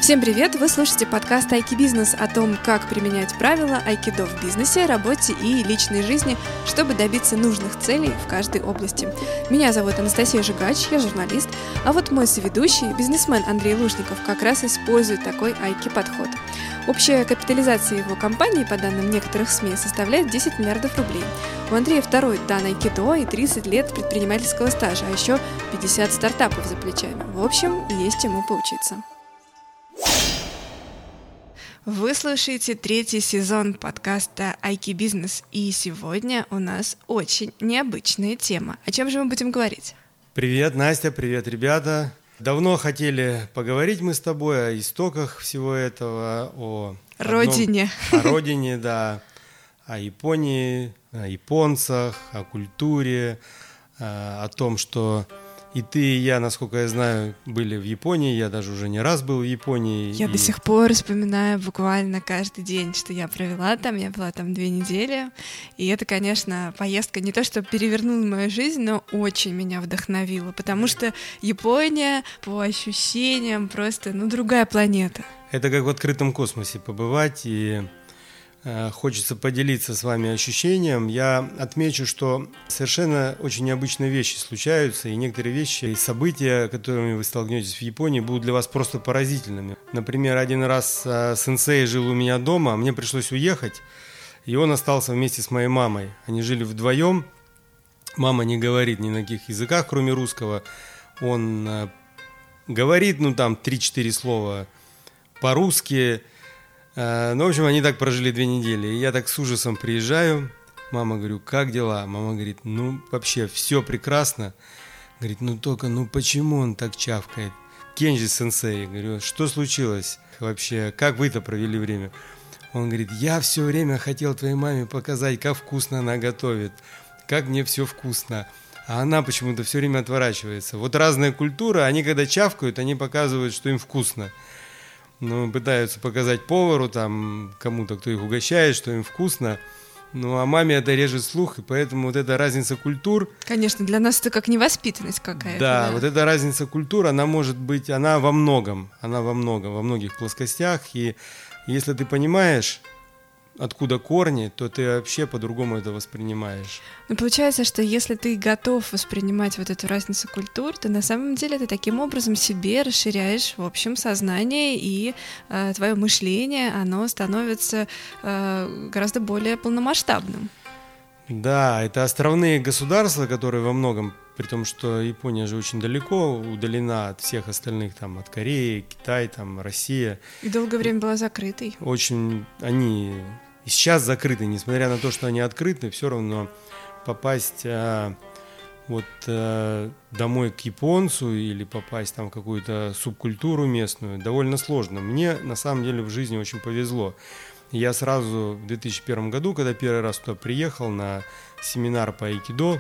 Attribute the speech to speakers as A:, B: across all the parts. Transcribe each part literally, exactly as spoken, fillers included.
A: Всем привет! Вы слушаете подкаст «Айки Бизнес» о том, как применять правила айкидо в бизнесе, работе и личной жизни, чтобы добиться нужных целей в каждой области. Меня зовут Анастасия Жигач, я журналист, а вот мой соведущий, бизнесмен Андрей Лужников, как раз использует такой айки-подход. Общая капитализация его компании, по данным некоторых СМИ, составляет десять миллиардов рублей. У Андрея второй дан айкидо и тридцать лет предпринимательского стажа, а еще пятьдесят стартапов за плечами. В общем, есть чему поучиться. Вы слушаете третий сезон подкаста «Айки Бизнес», и сегодня у нас очень необычная тема. О чем же мы будем говорить?
B: Привет, Настя, привет, ребята. Давно хотели поговорить мы с тобой о истоках всего этого, о
A: родине.
B: Одном, о родине, да, о Японии, о японцах, о культуре, о том, что и ты, и я, насколько я знаю, были в Японии. Я даже уже не раз был в Японии.
A: Я
B: и...
A: до сих пор вспоминаю буквально каждый день, что я провела там. Я была там две недели. И это, конечно, поездка не то, что перевернула мою жизнь, но очень меня вдохновила. Потому что Япония, по ощущениям, просто, ну, другая планета.
B: Это как в открытом космосе побывать, и хочется поделиться с вами ощущением. Я отмечу, что совершенно очень необычные вещи случаются, и некоторые вещи и события, которыми вы столкнетесь в Японии, будут для вас просто поразительными. Например, один раз сенсей жил у меня дома, мне пришлось уехать, и он остался вместе с моей мамой. Они жили вдвоем, мама не говорит ни на каких языках, кроме русского. Он говорит, ну там, три-четыре слова по-русски. Ну, в общем, они так прожили две недели. И я так с ужасом приезжаю. Мама, говорю, как дела? Мама говорит, ну, вообще, все прекрасно. Говорит, ну, только, ну, почему он так чавкает? Кенджи-сенсей. Говорю, что случилось вообще? Как вы-то провели время? Он говорит, я все время хотел твоей маме показать, как вкусно она готовит. Как мне все вкусно. А она почему-то все время отворачивается. Вот разная культура, они когда чавкают, они показывают, что им вкусно. Ну, пытаются показать повару, там, кому-то, кто их угощает, что им вкусно. Ну, а маме это режет слух, и поэтому вот эта разница культур...
A: Конечно, для нас это как невоспитанность какая-то.
B: Да,
A: да,
B: вот эта разница культур, она может быть, она во многом, она во многом, во многих плоскостях. И если ты понимаешь, откуда корни, то ты вообще по-другому это воспринимаешь.
A: Ну, получается, что если ты готов воспринимать вот эту разницу культур, то на самом деле ты таким образом себе расширяешь, в общем, сознание, и э, твое мышление, оно становится э, гораздо более полномасштабным.
B: Да, это островные государства, которые во многом, при том, что Япония же очень далеко удалена от всех остальных, там, от Кореи, Китай, там, Россия.
A: И долгое время была закрытой.
B: Очень они и сейчас закрыты, несмотря на то, что они открыты, все равно попасть а, вот а, домой к японцу или попасть там в какую-то субкультуру местную довольно сложно. Мне на самом деле в жизни очень повезло. Я сразу в две тысячи первом году, когда первый раз туда приехал на семинар по айкидо,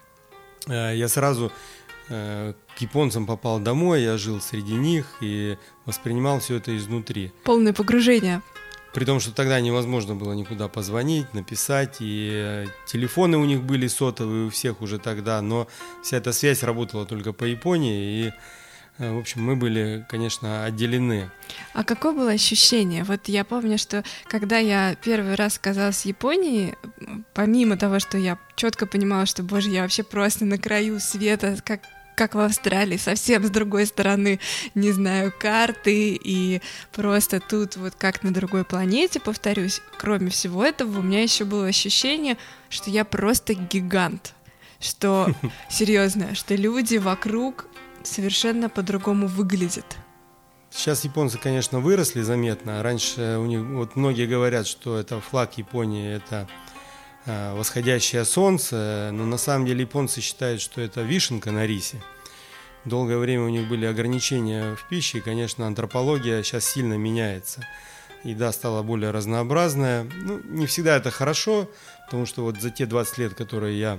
B: я сразу к японцам попал домой, я жил среди них и воспринимал все это изнутри.
A: Полное погружение.
B: При том, что тогда невозможно было никуда позвонить, написать, и телефоны у них были сотовые у всех уже тогда, но вся эта связь работала только по Японии, и в общем, мы были, конечно, отделены.
A: А какое было ощущение? Вот я помню, что когда я первый раз оказалась в Японии, помимо того, что я четко понимала, что, боже, я вообще просто на краю света, как, как в Австралии, совсем с другой стороны, не знаю, карты, и просто тут вот как на другой планете, повторюсь, кроме всего этого, у меня еще было ощущение, что я просто гигант, что, серьезно, что люди вокруг совершенно по-другому выглядит.
B: Сейчас японцы, конечно, выросли заметно. Раньше у них, вот многие говорят, что это флаг Японии, это э, восходящее солнце, но на самом деле японцы считают, что это вишенка на рисе. Долгое время у них были ограничения в пище, и, конечно, антропология сейчас сильно меняется. Еда стала более разнообразная. Ну, не всегда это хорошо, потому что вот за те двадцать лет, которые я,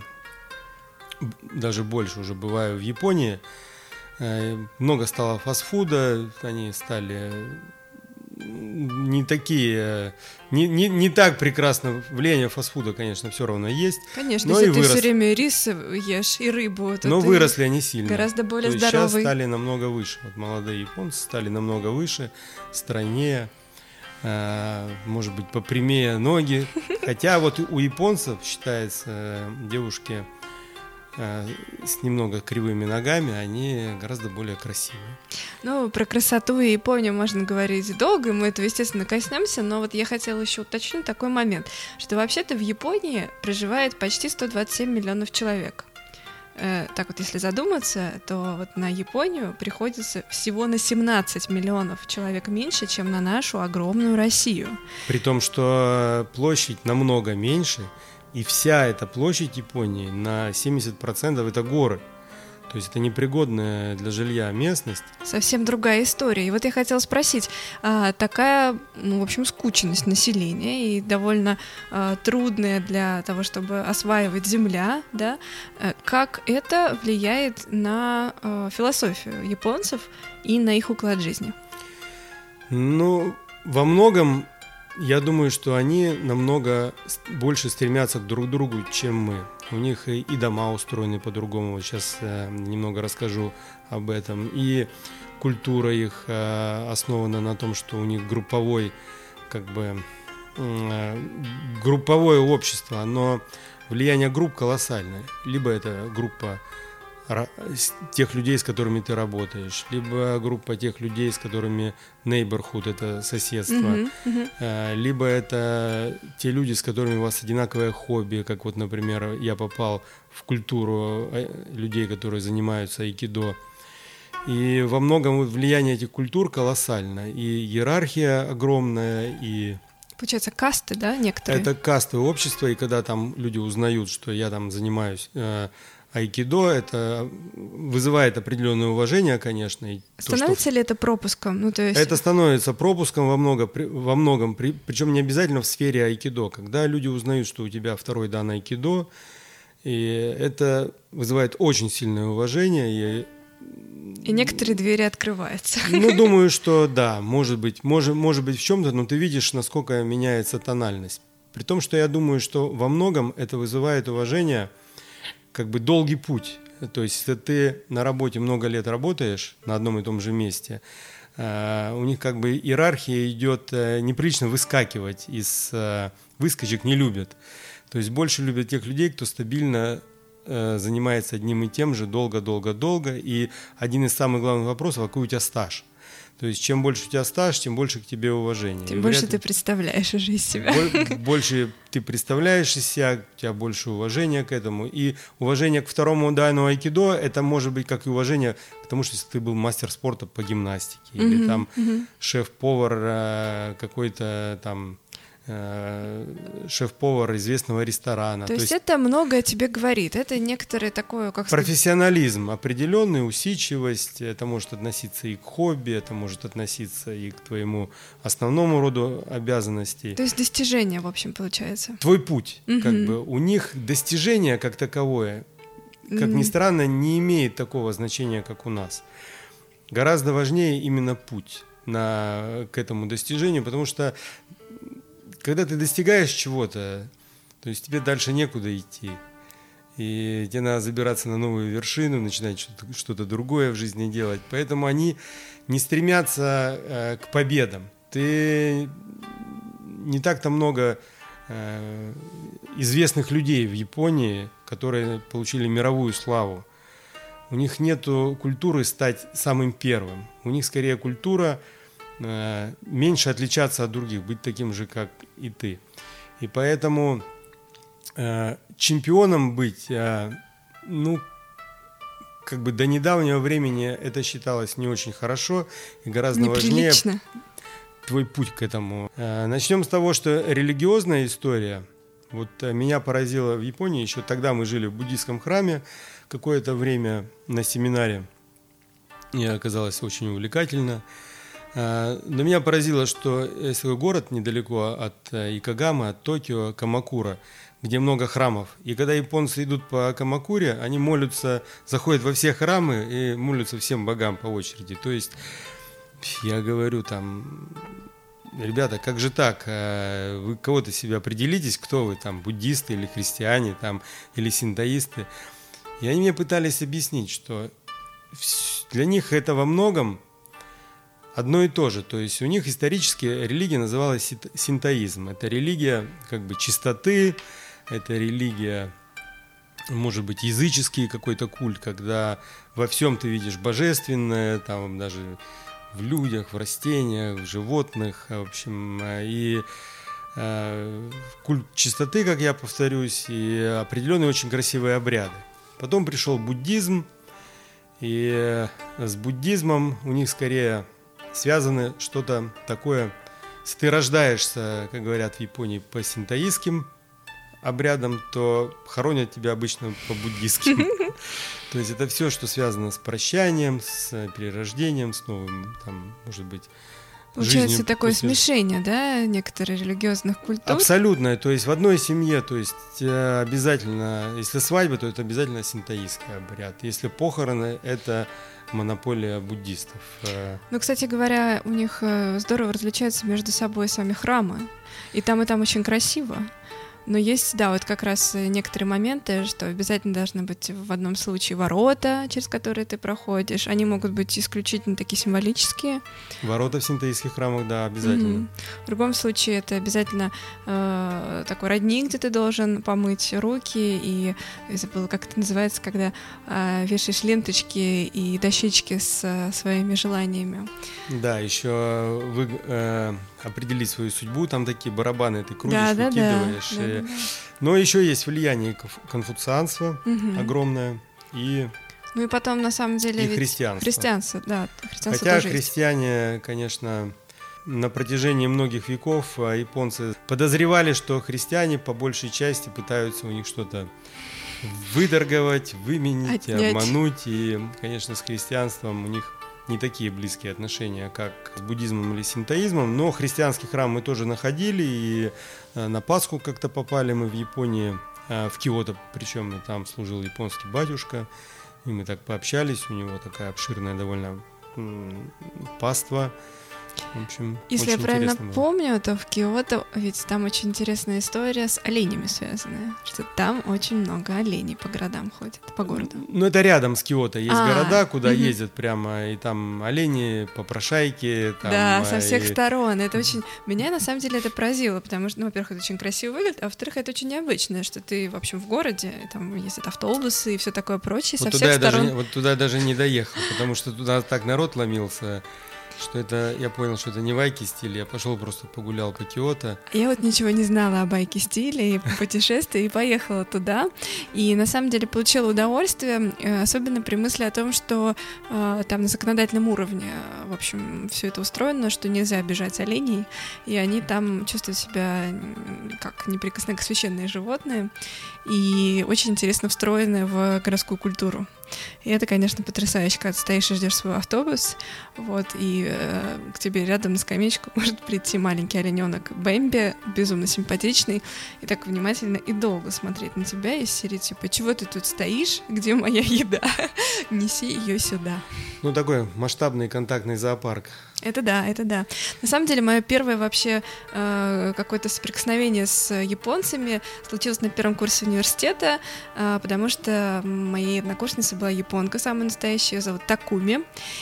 B: даже больше уже бываю в Японии, много стало фастфуда, они стали не такие, не, не, не так прекрасно. Влияние фастфуда, конечно, все равно есть.
A: Конечно,
B: но
A: если
B: и
A: ты
B: вырос...
A: все время рис ешь и рыбу, то
B: но
A: ты
B: выросли они сильно.
A: Гораздо более
B: то
A: здоровый.
B: Сейчас стали намного выше. Вот молодые японцы стали намного выше, стройнее, э, может быть, попрямее ноги. Хотя вот у японцев считается девушки с немного кривыми ногами, они гораздо более красивые.
A: Ну, про красоту и Японию можно говорить долго, и мы этого, естественно, коснемся, но вот я хотела еще уточнить такой момент, что вообще-то в Японии проживает почти сто двадцать семь миллионов человек. Э, так вот, если задуматься, то вот на Японию приходится всего на семнадцать миллионов человек меньше, чем на нашу огромную Россию.
B: При том, что площадь намного меньше, и вся эта площадь Японии на семьдесят процентов это горы. То есть это непригодная для жилья местность.
A: Совсем другая история. И вот я хотела спросить, а, такая, ну, в общем, скученность населения и довольно а, трудная для того, чтобы осваивать земля, да, как это влияет на а, философию японцев и на их уклад жизни?
B: Ну, во многом я думаю, что они намного больше стремятся к друг другу, чем мы. У них и, и дома устроены по-другому. Вот сейчас э, немного расскажу об этом. И культура их э, основана на том, что у них групповой, как бы, э, групповое общество. Оно влияние групп колоссальное. Либо это группа тех людей, с которыми ты работаешь, либо группа тех людей, с которыми neighborhood, это соседство, uh-huh, uh-huh. либо это те люди, с которыми у вас одинаковое хобби, как вот, например, я попал в культуру людей, которые занимаются айкидо. И во многом влияние этих культур колоссально, и иерархия огромная, и
A: получается, касты, да, некоторые?
B: Это кастовое общество, и когда там люди узнают, что я там занимаюсь айкидо, это вызывает определенное уважение, конечно. И
A: становится то, что... ли это пропуском? Ну, то есть...
B: Это становится пропуском во, много, во многом, причем не обязательно в сфере айкидо. Когда люди узнают, что у тебя второй дан айкидо, и это вызывает очень сильное уважение. И,
A: и некоторые двери открываются.
B: Ну, думаю, что да, может быть, может, может быть в чем-то, но ты видишь, насколько меняется тональность. При том, что я думаю, что во многом это вызывает уважение, как бы долгий путь. То есть, если ты на работе много лет работаешь на одном и том же месте, э, у них как бы иерархия идет э, неприлично выскакивать из э, выскочек не любят. То есть больше любят тех людей, кто стабильно э, занимается одним и тем же долго-долго-долго. И один из самых главных вопросов, какой у тебя стаж. То есть, чем больше у тебя стаж, тем больше к тебе уважения.
A: Тем больше ты представляешь уже из себя.
B: Больше ты представляешь из себя, у тебя больше уважения к этому. И уважение к второму дану айкидо, это может быть как и уважение к тому, что если ты был мастер спорта по гимнастике, mm-hmm, или там mm-hmm. шеф-повар какой-то там, шеф-повар известного ресторана.
A: То, То есть, есть это много о тебе говорит. Это некоторые такое, как
B: профессионализм определенный, усидчивость. Это может относиться и к хобби, это может относиться и к твоему основному роду обязанностей.
A: То есть достижение, в общем, получается.
B: Твой путь, угу. как бы у них достижение как таковое, как ни странно, не имеет такого значения, как у нас. Гораздо важнее именно путь на, к этому достижению, потому что когда ты достигаешь чего-то, то есть тебе дальше некуда идти. И тебе надо забираться на новую вершину, начинать что-то, что-то другое в жизни делать. Поэтому они не стремятся э, к победам. Ты не так-то много э, известных людей в Японии, которые получили мировую славу. У них нет культуры стать самым первым. У них скорее культура э, меньше отличаться от других, быть таким же, как и ты. И поэтому э, чемпионом быть, э, ну, как бы до недавнего времени это считалось не очень хорошо и гораздо важнее твой путь к этому. Э, начнем с того, что религиозная история, вот э, меня поразила в Японии, еще тогда мы жили в буддийском храме какое-то время на семинаре, и оказалось очень увлекательно. Но меня поразило, что есть такой город недалеко от Икагамы, от Токио, Камакура, где много храмов. И когда японцы идут по Камакуре, они молятся, заходят во все храмы и молятся всем богам по очереди. То есть, я говорю, там ребята, как же так? Вы кого-то себе определитесь, кто вы, там, буддисты или христиане, там, или синтоисты. И они мне пытались объяснить, что для них это во многом одно и то же. То есть у них исторически религия называлась синтоизм. Это религия как бы чистоты, это религия, может быть, языческий какой-то культ, когда во всем ты видишь божественное, там даже в людях, в растениях, в животных, в общем, и э, культ чистоты, как я повторюсь, и определенные очень красивые обряды. Потом пришел буддизм, и с буддизмом у них скорее связано что-то такое, если ты рождаешься, как говорят в Японии, по синтоистским обрядам, то хоронят тебя обычно по буддистским. То есть это все, что связано с прощанием, с перерождением, с новым, там, может быть,
A: получается
B: жизнью
A: такое
B: после...
A: смешение, да, некоторых религиозных культур?
B: Абсолютно. То есть в одной семье, то есть обязательно, если свадьба, то это обязательно синтоистский обряд. Если похороны, это монополия буддистов.
A: Ну, кстати говоря, у них здорово различаются между собой сами храмы. И там, и там очень красиво. Но есть, да, вот как раз некоторые моменты, что обязательно должны быть в одном случае ворота, через которые ты проходишь. Они могут быть исключительно такие символические.
B: Ворота в синтоистских храмах, да, обязательно.
A: Mm-hmm. В другом случае это обязательно э, такой родник, где ты должен помыть руки. И я забыла, как это называется, когда э, вешаешь ленточки и дощечки с э, своими желаниями.
B: Да, еще вы... Э... определить свою судьбу, там такие барабаны, ты крутишь,
A: да,
B: выкидываешь.
A: Да, да, да, да.
B: Но еще есть влияние конфуцианства угу. огромное и
A: ну и потом на самом деле
B: и
A: ведь
B: христианство.
A: Христианство, да, христианство
B: Хотя
A: тоже
B: христиане, есть. Конечно, на протяжении многих веков японцы подозревали, что христиане по большей части пытаются у них что-то выторговать, выменить,
A: Отнять.
B: обмануть, и, конечно, с христианством у них не такие близкие отношения, как с буддизмом или синтоизмом, но христианский храм мы тоже находили, и на Пасху как-то попали мы в Японии, в Киото, причем там служил японский батюшка, и мы так пообщались, у него такая обширная довольно паства. В общем,
A: если я правильно
B: было.
A: помню, то в Киото ведь там очень интересная история с оленями связанная, что там очень много оленей по городам ходят, по городу.
B: Ну, это рядом с Киото есть
A: а,
B: города, куда
A: угу.
B: ездят прямо, и там олени, попрошайки. Там,
A: да, со всех
B: и...
A: сторон. Это очень... Меня, на самом деле, это поразило, потому что, ну, во-первых, это очень красиво выглядит, а во-вторых, это очень необычно, что ты, в общем, в городе, там ездят автобусы и все такое прочее,
B: вот
A: со всех сторон.
B: Даже, вот туда я даже не доехал, потому что туда так народ ломился, что это, я понял, что это не вайки-стиль, я пошел просто погулял по Киото.
A: Я вот ничего не знала о байки-стиле и путешествии, и поехала туда, и на самом деле получила удовольствие, особенно при мысли о том, что э, там на законодательном уровне, в общем, все это устроено, что нельзя обижать оленей, и они там чувствуют себя как неприкосновенные священные животные, и очень интересно встроены в городскую культуру. И это, конечно, потрясающе, когда ты стоишь и ждешь свой автобус, вот, и э, к тебе рядом на скамеечку может прийти маленький олененок Бэмби, безумно симпатичный, и так внимательно и долго смотреть на тебя и серии типа: чего ты тут стоишь, где моя еда, неси ее сюда.
B: Ну, такой масштабный контактный зоопарк.
A: Это да, это да. На самом деле, мое первое вообще э, какое-то соприкосновение с японцами случилось на первом курсе университета, э, потому что моей однокурсницей была японка, самая настоящая, ее зовут Такуми.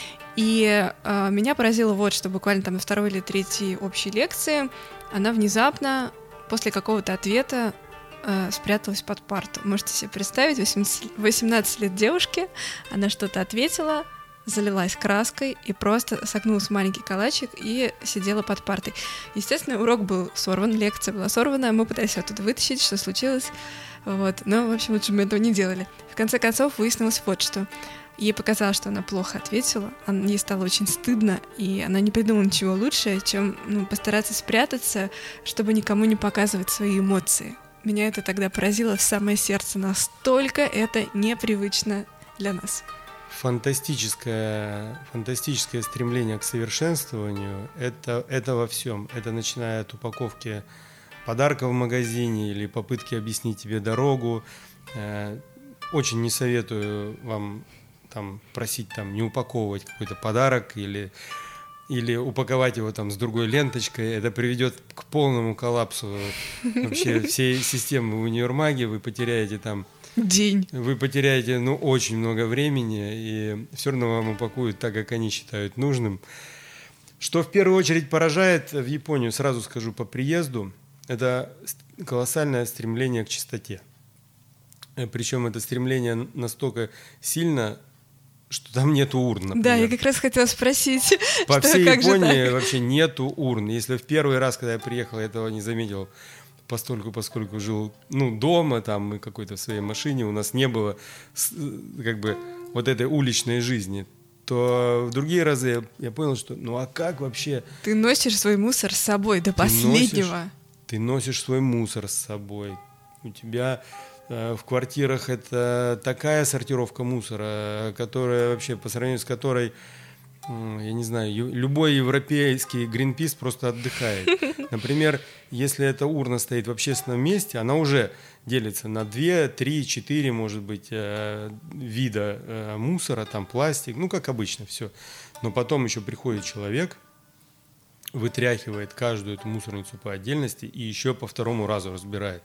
A: И э, меня поразило вот, что буквально там на второй или третьей общей лекции она внезапно после какого-то ответа э, спряталась под парту. Можете себе представить, восемнадцать лет девушки, она что-то ответила, залилась краской и просто согнулась в маленький калачик и сидела под партой. Естественно, урок был сорван, лекция была сорвана, мы пытались оттуда вытащить, что случилось. Вот. Но, в общем, лучше мы этого не делали. В конце концов, выяснилось вот что. Ей показалось, что она плохо ответила, ей стало очень стыдно, и она не придумала ничего лучше, чем ну, постараться спрятаться, чтобы никому не показывать свои эмоции. Меня это тогда поразило в самое сердце, настолько это непривычно для нас.
B: Фантастическое, фантастическое стремление к совершенствованию это, это во всем. Это начиная от упаковки подарка в магазине или попытки объяснить тебе дорогу. Очень не советую вам там, просить там, не упаковывать какой-то подарок или или упаковать его там с другой ленточкой, это приведет к полному коллапсу вообще всей системы в универмаге, вы потеряете там
A: день.
B: Вы потеряете, ну, очень много времени, и все равно вам упакуют так, как они считают нужным. Что в первую очередь поражает в Японию, сразу скажу по приезду, это колоссальное стремление к чистоте. Причем это стремление настолько сильно, что там нету урн, например.
A: Да, я как раз хотела спросить.
B: По
A: что,
B: всей
A: как
B: Японии вообще нету урн. Если в первый раз, когда я приехал, я этого не заметил, постольку, поскольку жил, ну, дома там и какой-то в своей машине, у нас не было как бы вот этой уличной жизни, то в другие разы я, я понял, что ну а как вообще...
A: Ты носишь свой мусор с собой до последнего.
B: Носишь, ты носишь свой мусор с собой. У тебя э, в квартирах это такая сортировка мусора, которая вообще, по сравнению с которой, э, я не знаю, ю, любой европейский Greenpeace просто отдыхает. Например, если эта урна стоит в общественном месте, она уже делится на два, три, четыре, может быть, э, вида э, мусора, там пластик, ну, как обычно, все. Но потом еще приходит человек, вытряхивает каждую эту мусорницу по отдельности и еще по второму разу разбирает.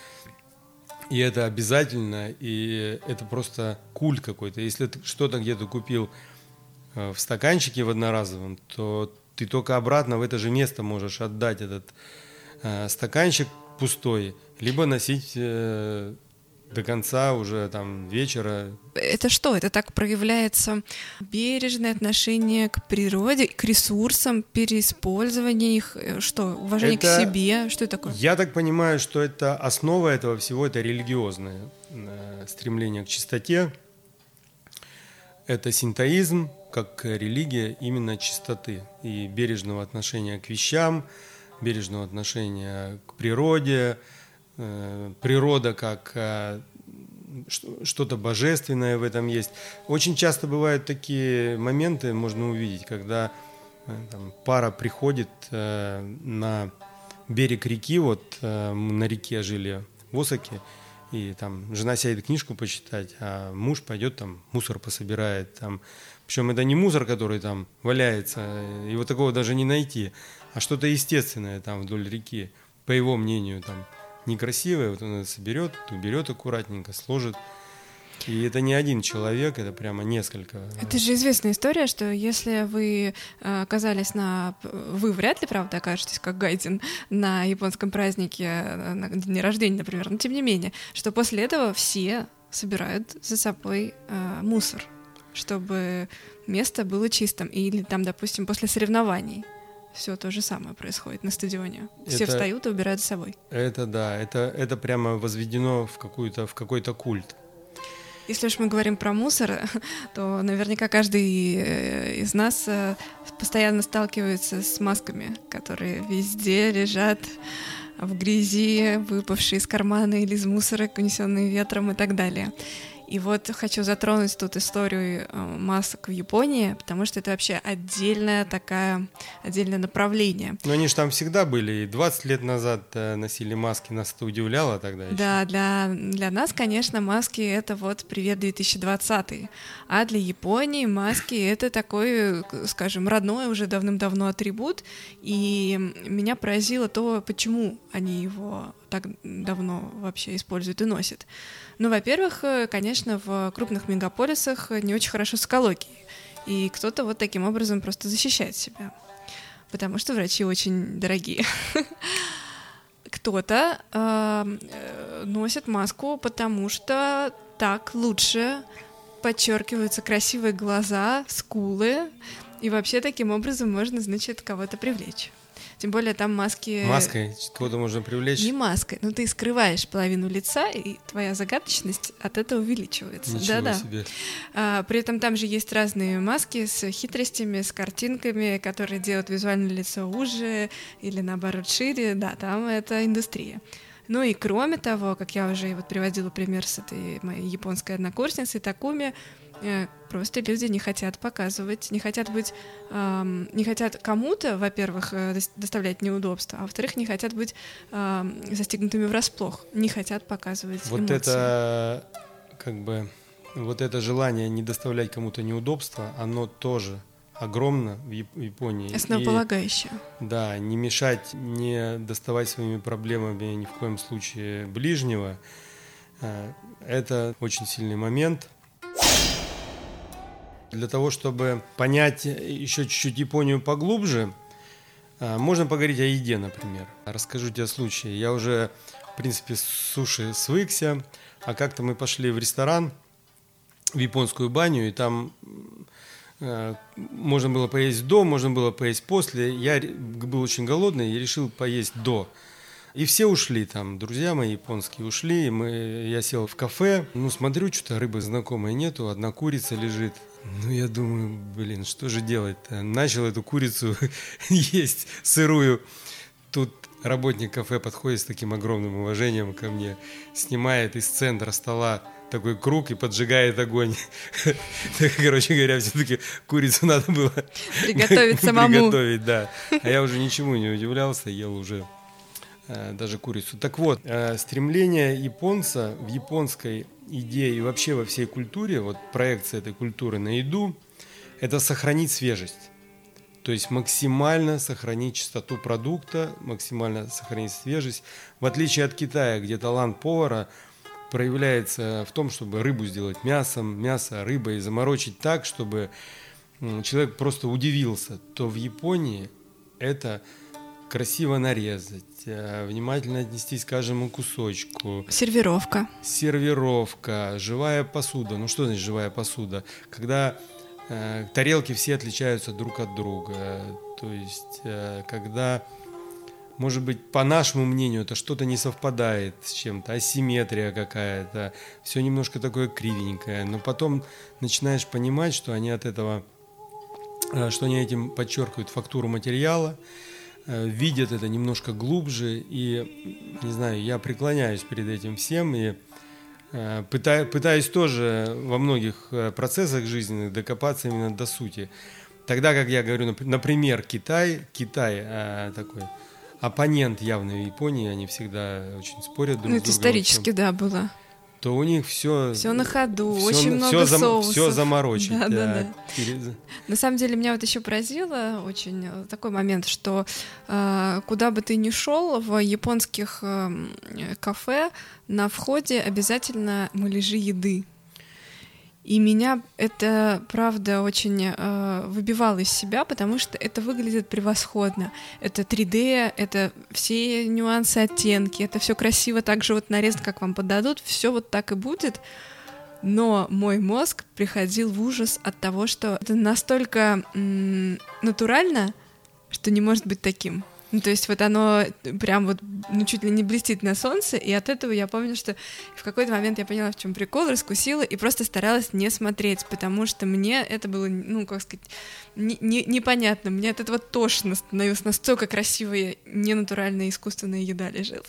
B: И это обязательно, и это просто культ какой-то. Если ты что-то где-то купил э, в стаканчике в одноразовом, то ты только обратно в это же место можешь отдать этот э, стаканчик пустой, либо носить э, до конца уже там вечера.
A: Это что? Это так проявляется бережное отношение к природе, к ресурсам, переиспользование их, что, уважение это, к себе, что это такое?
B: Я так понимаю, что это основа этого всего, это религиозное э, стремление к чистоте, это синтоизм, как религия именно чистоты и бережного отношения к вещам, бережного отношения к природе, э, природа как э, что-то божественное в этом есть. Очень часто бывают такие моменты, можно увидеть, когда э, там, пара приходит э, на берег реки, вот э, мы на реке жили в Осаке, и там жена сядет книжку почитать, а муж пойдет там мусор пособирает, там. Причем это не мусор, который там валяется, его такого даже не найти, а что-то естественное там вдоль реки, по его мнению, там некрасивое, вот он это соберет, уберет аккуратненько, сложит. И это не один человек, это прямо несколько.
A: Это же известная история, что если вы оказались на... Вы вряд ли, правда, окажетесь, как Гайдзин, на японском празднике, на дне рождения, например, но тем не менее, что после этого все собирают за собой э, мусор, чтобы место было чистым. Или там, допустим, после соревнований все то же самое происходит на стадионе. Все это, встают и убирают за собой.
B: Это да, это, это прямо возведено в, какую-то, в какой-то культ.
A: Если уж мы говорим про мусор, то наверняка каждый из нас постоянно сталкивается с масками, которые везде лежат в грязи, выпавшие из кармана или из мусора, унесенные ветром и так далее. И вот хочу затронуть тут историю масок в Японии, потому что это вообще отдельное такая, отдельное направление.
B: Но они же там всегда были, и двадцать лет назад носили маски, нас это удивляло тогда еще.
A: Да, для, для нас, конечно, маски — это вот «Привет, две тысячи двадцатый», а для Японии маски — это такой, скажем, родной уже давным-давно атрибут, и меня поразило то, почему они его так давно вообще используют и носят. Ну, во-первых, конечно, в крупных мегаполисах не очень хорошо с экологией, и кто-то вот таким образом просто защищает себя, потому что врачи очень дорогие. Кто-то э, носит маску, потому что так лучше подчеркиваются красивые глаза, скулы, и вообще таким образом можно, значит, кого-то привлечь. Тем более там маски...
B: Маской кого-то можно привлечь?
A: Не маской, но ты скрываешь половину лица, и твоя загадочность от этого увеличивается.
B: Ничего
A: Да-да.
B: себе.
A: А, при этом там же есть разные маски с хитростями, с картинками, которые делают визуальное лицо уже или наоборот шире. Да, там это индустрия. Ну и кроме того, как я уже вот приводила пример с этой моей японской однокурсницей Такуми, просто люди не хотят показывать, не хотят быть, эм, не хотят кому-то, во-первых, доставлять неудобства, а во-вторых, не хотят быть эм, застигнутыми врасплох, не хотят показывать
B: вот
A: эмоции.
B: Это как бы вот это желание не доставлять кому-то неудобства, оно тоже огромно в Японии.
A: Основополагающее.
B: И, да, не мешать, не доставать своими проблемами ни в коем случае ближнего. Это очень сильный момент. Для того, чтобы понять еще чуть-чуть Японию поглубже, можно поговорить о еде, например. Расскажу тебе случай. Я уже, в принципе, с суши свыкся, а как-то мы пошли в ресторан, в японскую баню, и там э, можно было поесть до, можно было поесть после. Я был очень голодный и решил поесть до. И все ушли там, друзья мои японские ушли, мы, я сел в кафе, ну смотрю, что-то рыбы знакомой нету, одна курица лежит. Ну я думаю, блин, что же делать-то? Начал эту курицу есть сырую. Тут работник кафе подходит с таким огромным уважением ко мне, снимает из центра стола такой круг и поджигает огонь. Короче говоря, все-таки курицу надо было
A: приготовить самому.
B: Приготовить, да. А я уже ничему не удивлялся, ел уже даже курицу. Так вот, стремление японца в японской идее и вообще во всей культуре, вот проекция этой культуры на еду, это сохранить свежесть. То есть максимально сохранить чистоту продукта, максимально сохранить свежесть. В отличие от Китая, где талант повара проявляется в том, чтобы рыбу сделать мясом, мясо рыбой, заморочить так, чтобы человек просто удивился, то в Японии это красиво нарезать, внимательно отнестись к каждому кусочку.
A: Сервировка.
B: Сервировка, живая посуда. Ну что значит живая посуда? Когда э, тарелки все отличаются друг от друга. То есть, э, когда, может быть, по нашему мнению, это что-то не совпадает с чем-то, асимметрия какая-то, все немножко такое кривенькое. Но потом начинаешь понимать, что они от этого, э, что они этим подчеркивают фактуру материала, видят это немножко глубже, и, не знаю, я преклоняюсь перед этим всем, и э, пытаюсь, пытаюсь тоже во многих процессах жизненных докопаться именно до сути. Тогда, как я говорю, например, Китай, Китай э, такой оппонент явный в Японии, они всегда очень спорят друг с другом.
A: Ну, это исторически, да, было.
B: То у них все...
A: Все на ходу,
B: все,
A: очень
B: все
A: много
B: зам,
A: соусов.
B: Все заморочить.
A: Да, да,
B: да.
A: да. На самом деле, меня вот еще поразило очень такой момент, что э, куда бы ты ни шел, в японских э, кафе на входе обязательно муляжи еды. И меня это, правда, очень э, выбивало из себя, потому что это выглядит превосходно. Это три дэ, это все нюансы, оттенки, это все красиво так же вот нарезано, как вам подадут, все вот так и будет. Но мой мозг приходил в ужас от того, что это настолько м- натурально, что не может быть таким. Ну, то есть вот оно прям вот, ну, чуть ли не блестит на солнце, и от этого я помню, что в какой-то момент я поняла, в чем прикол, раскусила и просто старалась не смотреть, потому что мне это было, ну, как сказать, не, не, непонятно, мне от этого тошно становилось, настолько красивая, ненатуральная, искусственная еда лежит.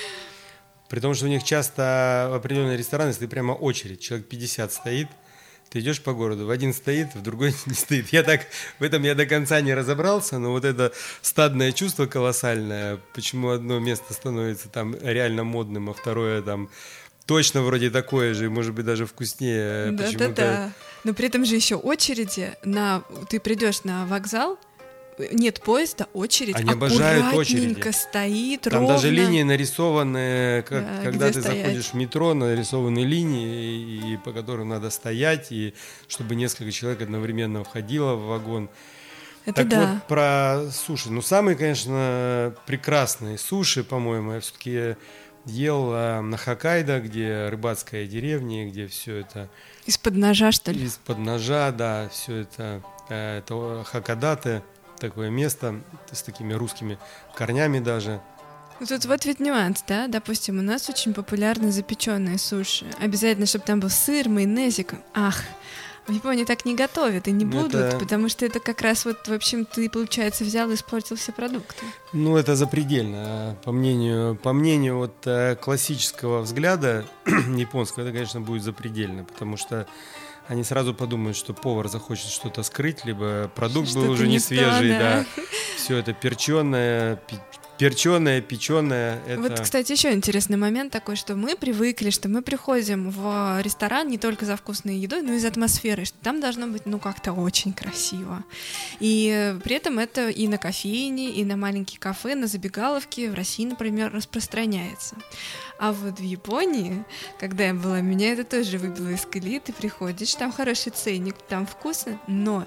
B: При том, что у них часто в определенные рестораны стоит прямо очередь, человек пятьдесят стоит. Ты идешь по городу, в один стоит, в другой не стоит. Я так, в этом я до конца не разобрался, но вот это стадное чувство колоссальное, почему одно место становится там реально модным, а второе там точно вроде такое же, может быть, даже вкуснее.
A: Да-да-да. Но при этом же еще очереди на... Ты придешь на вокзал, нет поезда, очередь
B: Они обожают
A: аккуратненько стоит,
B: там
A: ровно.
B: Там даже линии нарисованы, как,
A: да,
B: когда ты
A: стоять.
B: заходишь в метро, нарисованы линии, и, и по которым надо стоять, и чтобы несколько человек одновременно входило в вагон.
A: Это
B: так
A: да.
B: вот, про суши. Ну, самые, конечно, прекрасные суши, по-моему, я все-таки ел а, на Хоккайдо, где рыбацкая деревня, где все это...
A: Из-под ножа, что ли?
B: Из-под ножа, да, все это, это Хакодате. Такое место с такими русскими корнями даже.
A: Ну, тут вот ведь нюанс, да? Допустим, у нас очень популярны запеченные суши. Обязательно, чтобы там был сыр, майонезик. Ах, в Японии так не готовят и не будут, это... потому что это как раз вот, в общем, ты, получается, взял и испортил все продукты.
B: Ну, это запредельно. По мнению, по мнению вот классического взгляда японского, это, конечно, будет запредельно, потому что они сразу подумают, что повар захочет что-то скрыть, либо продукт
A: что-то
B: был уже не, не свежий,
A: то, да.
B: да. Все это перченое, перченое, печеное. Это...
A: Вот, кстати, еще интересный момент такой, что мы привыкли, что мы приходим в ресторан не только за вкусной едой, но и за атмосферой, что там должно быть, ну, как-то очень красиво. И при этом это и на кофейне, и на маленькие кафе, на забегаловке в России, например, распространяется. А вот в Японии, когда я была, меня это тоже выбило из колеи. Ты приходишь, там хороший ценник, там вкусно, но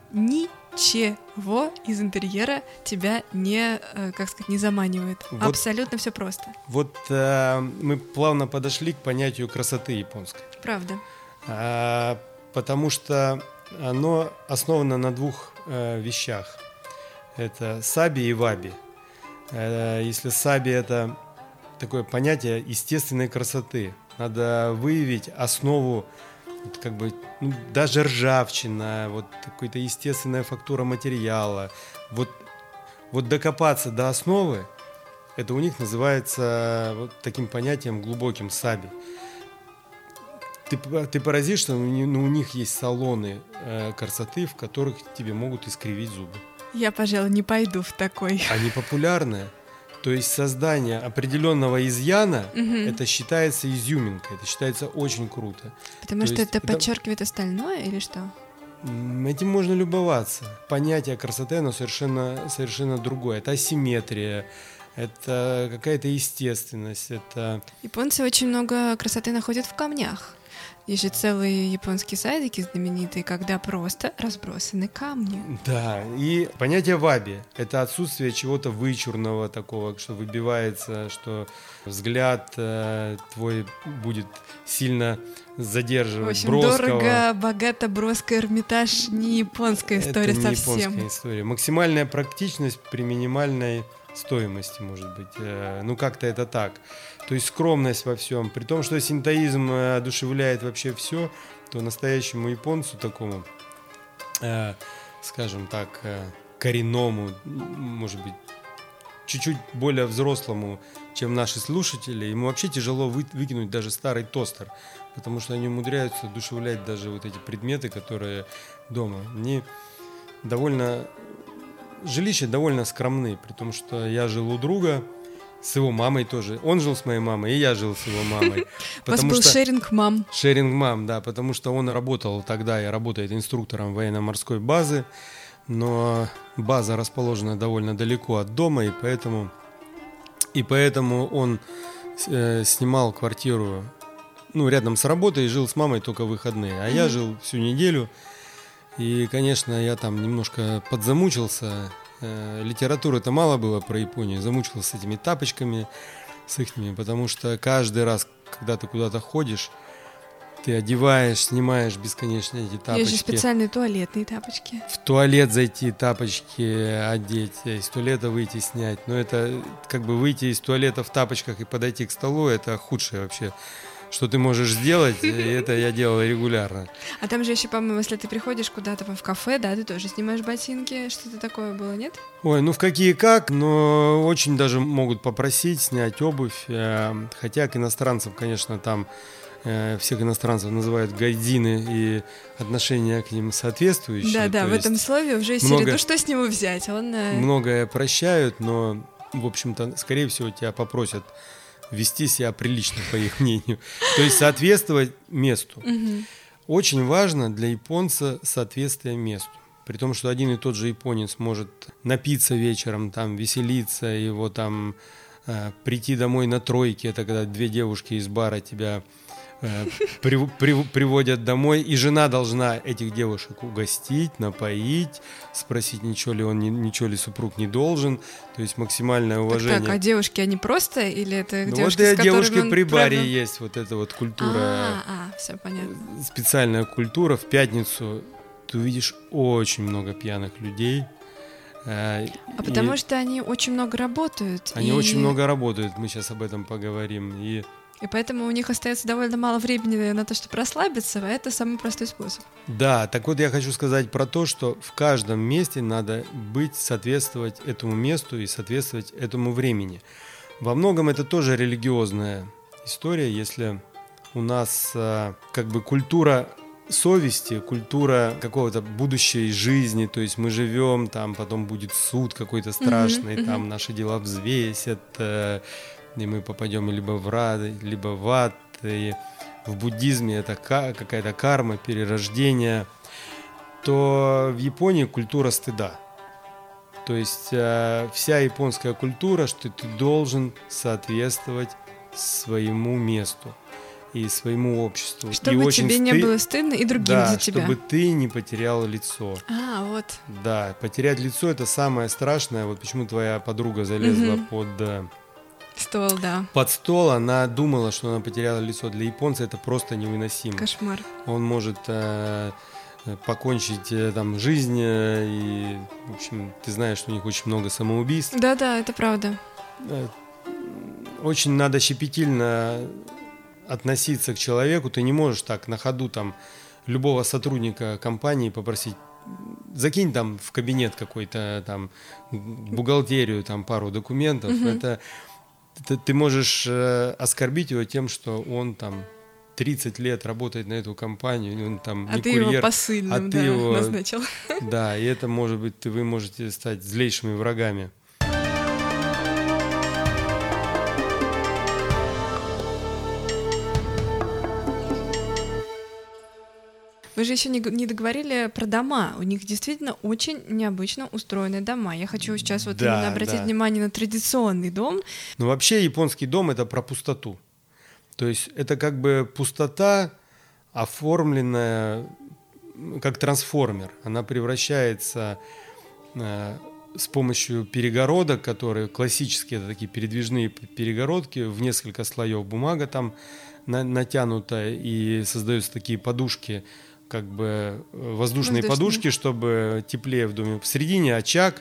A: ничего из интерьера тебя не, как сказать, не заманивает. Вот, абсолютно все просто.
B: Вот э, мы плавно подошли к понятию красоты японской.
A: Правда.
B: А, потому что оно основано на двух э, вещах. Это саби и ваби. Э, если саби — это такое понятие естественной красоты. Надо выявить основу, вот как бы, ну, даже ржавчина, вот какая-то естественная фактура материала. Вот, вот докопаться до основы, это у них называется вот таким понятием глубоким саби. Ты, ты поразишься, но у них есть салоны э, красоты, в которых тебе могут искривить зубы.
A: Я, пожалуй, не пойду в такой.
B: Они популярны. То есть создание определенного изъяна, угу. это считается изюминкой, это считается очень круто.
A: Потому То что это подчеркивает это... остальное или что?
B: Этим можно любоваться. Понятие красоты, оно совершенно, совершенно другое. Это асимметрия, это какая-то естественность. Это...
A: Японцы очень много красоты находят в камнях. Есть же целые японские садики знаменитые, когда просто разбросаны камни.
B: Да, и понятие ваби – это отсутствие чего-то вычурного такого, что выбивается, что взгляд э, твой будет сильно задерживать.
A: В общем,
B: броского.
A: Дорого, богато, броско, Эрмитаж – не японская история
B: совсем. Это не
A: совсем.
B: японская история. Максимальная практичность при минимальной стоимости, может быть. Э, ну, как-то это так. То есть скромность во всем. При том, что синтоизм одушевляет вообще все, то настоящему японцу такому, э, скажем так, э, коренному, может быть, чуть-чуть более взрослому, чем наши слушатели, ему вообще тяжело вы, выкинуть даже старый тостер, потому что они умудряются одушевлять даже вот эти предметы, которые дома. Они довольно... Жилища довольно скромны, при том, что я жил у друга, с его мамой тоже. Он жил с моей мамой, и я жил с его мамой.
A: У вас был шеринг мам.
B: Шеринг мам, да, потому что он работал тогда и работает инструктором военно-морской базы, но база расположена довольно далеко от дома, и поэтому, и поэтому он э, снимал квартиру, ну, рядом с работой и жил с мамой только в выходные, а mm-hmm. я жил всю неделю, и, конечно, я там немножко подзамучился. Литературы-то мало было про Японию, замучился с этими тапочками, с ихними, потому что каждый раз, когда ты куда-то ходишь, ты одеваешь, снимаешь бесконечно эти тапочки.
A: Есть же специальные туалетные тапочки.
B: В туалет зайти, тапочки одеть, из туалета выйти, снять. Но это как бы выйти из туалета в тапочках и подойти к столу, это худшее вообще, что ты можешь сделать, и это я делал регулярно.
A: А там же еще, по-моему, если ты приходишь куда-то в кафе, да, ты тоже снимаешь ботинки, что-то такое было, нет?
B: Ой, ну в какие как, но очень даже могут попросить снять обувь, хотя к иностранцам, конечно, там всех иностранцев называют гайдзины, и отношение к ним соответствующее.
A: Да, да, в этом слове уже из серии, ну что с него взять? Он...
B: Многое прощают, но, в общем-то, скорее всего, тебя попросят вести себя прилично, по их мнению. То есть соответствовать месту. Угу. Очень важно для японца соответствие месту. При том, что один и тот же японец может напиться вечером, там, веселиться, его там э, прийти домой на тройке, это когда две девушки из бара тебя э, при, при, приводят домой, и жена должна этих девушек угостить, напоить, спросить, ничего ли он, ничего ли супруг не должен, то есть максимальное уважение.
A: Так, так, а девушки, они просто, или это
B: ну,
A: девушки,
B: вот
A: с которыми
B: девушки
A: он
B: при баре
A: правда...
B: есть вот эта вот культура,
A: а, а, все понятно.
B: Специальная культура. В пятницу ты увидишь очень много пьяных людей.
A: А потому что они очень много работают.
B: Они
A: и...
B: очень много работают, мы сейчас об этом поговорим. И...
A: и поэтому у них остается довольно мало времени на то, чтобы расслабиться, а это самый простой способ.
B: Да, так вот я хочу сказать про то, что в каждом месте надо быть, соответствовать этому месту и соответствовать этому времени. Во многом это тоже религиозная история, если у нас как бы культура совести, культура какого-то будущей жизни, то есть мы живем, там потом будет суд какой-то страшный, mm-hmm, там mm-hmm. наши дела взвесят, э, и мы попадем либо в рай, либо в ад, и в буддизме это какая-то карма, перерождение, то в Японии культура стыда. То есть э, вся японская культура, что ты должен соответствовать своему месту и своему обществу.
A: Чтобы
B: и
A: тебе
B: очень
A: не
B: сты...
A: было стыдно и другим
B: да,
A: за тебя.
B: чтобы ты не потерял лицо.
A: А, вот.
B: Да, потерять лицо — это самое страшное. Вот почему твоя подруга залезла угу. под...
A: Стол, да.
B: Под стол, она думала, что она потеряла лицо. Для японца это просто невыносимо.
A: Кошмар.
B: Он может э, покончить э, там жизнь, э, и, в общем, ты знаешь, что у них очень много самоубийств.
A: Да-да, это правда.
B: Э, очень надо щепетильно относиться к человеку. Ты не можешь так на ходу там любого сотрудника компании попросить: закинь там в кабинет какой-то там бухгалтерию, там пару документов. Угу. Это, это ты можешь э, оскорбить его тем, что он там тридцать лет работает на эту компанию, он там
A: а
B: не
A: ты
B: курьер,
A: его посыльным,
B: а ты
A: да,
B: его
A: назначил.
B: Да, и это может быть, вы можете стать злейшими врагами.
A: Мы же еще не, не договорили про дома. У них действительно очень необычно устроены дома. Я хочу сейчас вот да, именно обратить да. внимание на традиционный дом.
B: Ну, вообще японский дом — это про пустоту. То есть это как бы пустота, оформленная как трансформер. Она превращается э, с помощью перегородок, которые классические, это такие передвижные перегородки, в несколько слоев бумага там на, натянута, и создаются такие подушки, как бы воздушные Воздушные. подушки, чтобы теплее в доме. Посередине очаг,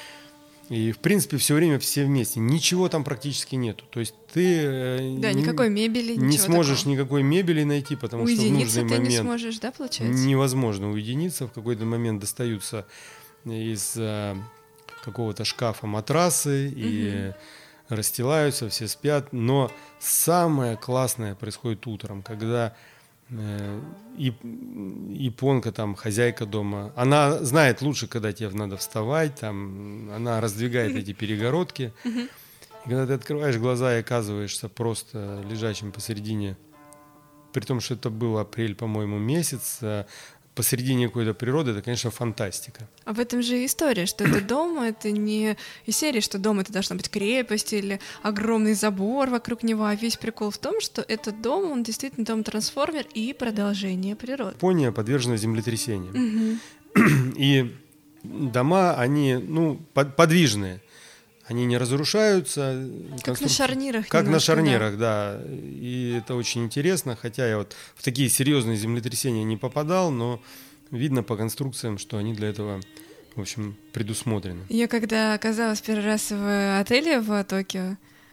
B: и в принципе все время все вместе. Ничего там практически нету. То есть ты
A: да,
B: не,
A: никакой мебели,
B: не сможешь
A: такого.
B: никакой мебели найти, потому что в нужный
A: ты
B: момент
A: не сможешь, да, получается?
B: Невозможно уединиться. В какой-то момент достаются из а, какого-то шкафа матрасы угу. и расстилаются, все спят. Но самое классное происходит утром, когда И японка, там, хозяйка дома, она знает лучше, когда тебе надо вставать, там, она раздвигает эти перегородки. И когда ты открываешь глаза и оказываешься просто лежащим посередине, при том, что это был апрель, по-моему, месяц, посередине какой-то природы, это, конечно, фантастика.
A: А в этом же и история, что это дом, это не из серии, что дом — это должна быть крепость или огромный забор вокруг него, а весь прикол в том, что этот дом, он действительно дом-трансформер и продолжение природы.
B: Япония подвержена землетрясениям.
A: Угу.
B: И дома, они, ну, подвижные. Они не разрушаются.
A: Как на шарнирах.
B: Как
A: немножко,
B: на шарнирах, да. да. И это очень интересно, хотя я вот в такие серьезные землетрясения не попадал, но видно по конструкциям, что они для этого, в общем, предусмотрены.
A: Я когда оказалась первый раз в отеле в Токио,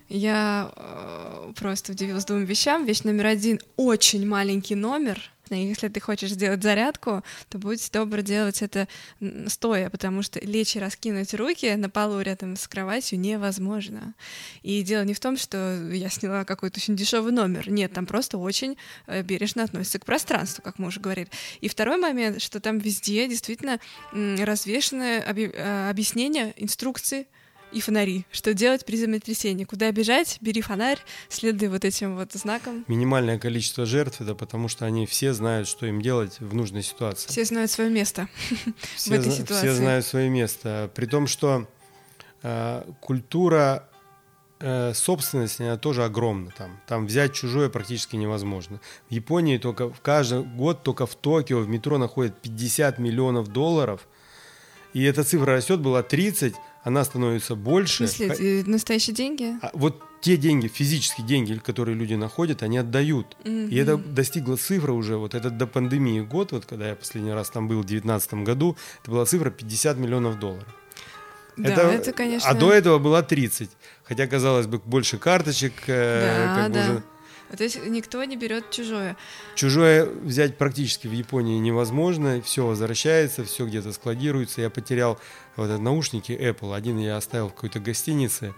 A: я э, просто удивилась двум вещам. Вещь номер один — очень маленький номер. Если ты хочешь сделать зарядку, то будь добр делать это стоя, потому что лечь и раскинуть руки на полу рядом с кроватью невозможно. И дело не в том, что я сняла какой-то очень дешевый номер. Нет, там просто очень бережно относятся к пространству, как мы уже говорили. И второй момент, что там везде действительно развешаны объяснения, инструкции и фонари. Что делать при землетрясении? Куда бежать? Бери фонарь, следуй вот этим вот знакам.
B: Минимальное количество жертв — это потому, что они все знают, что им делать в нужной ситуации.
A: Все знают свое место в этой ситуации.
B: Все знают свое место. При том, что э, культура э, собственности, она тоже огромна. Там. там взять чужое практически невозможно. В Японии только в каждый год только в Токио в метро находят пятьдесят миллионов долларов. И эта цифра растет, была тридцать, она становится больше.
A: В смысле, настоящие деньги?
B: А вот те деньги, физические деньги, которые люди находят, они отдают. Mm-hmm. И это достигла цифра уже, вот это до пандемии год, вот когда я последний раз там был в две тысячи девятнадцатом году, это была цифра пятьдесят миллионов долларов.
A: Да, это, это, конечно...
B: А до этого была тридцать. Хотя, казалось бы, больше карточек.
A: Да,
B: как
A: да.
B: уже...
A: То есть никто не берет чужое.
B: Чужое взять практически в Японии невозможно. Все возвращается, все где-то складируется. Я потерял вот эти наушники Apple. Один я оставил в какой-то гостинице.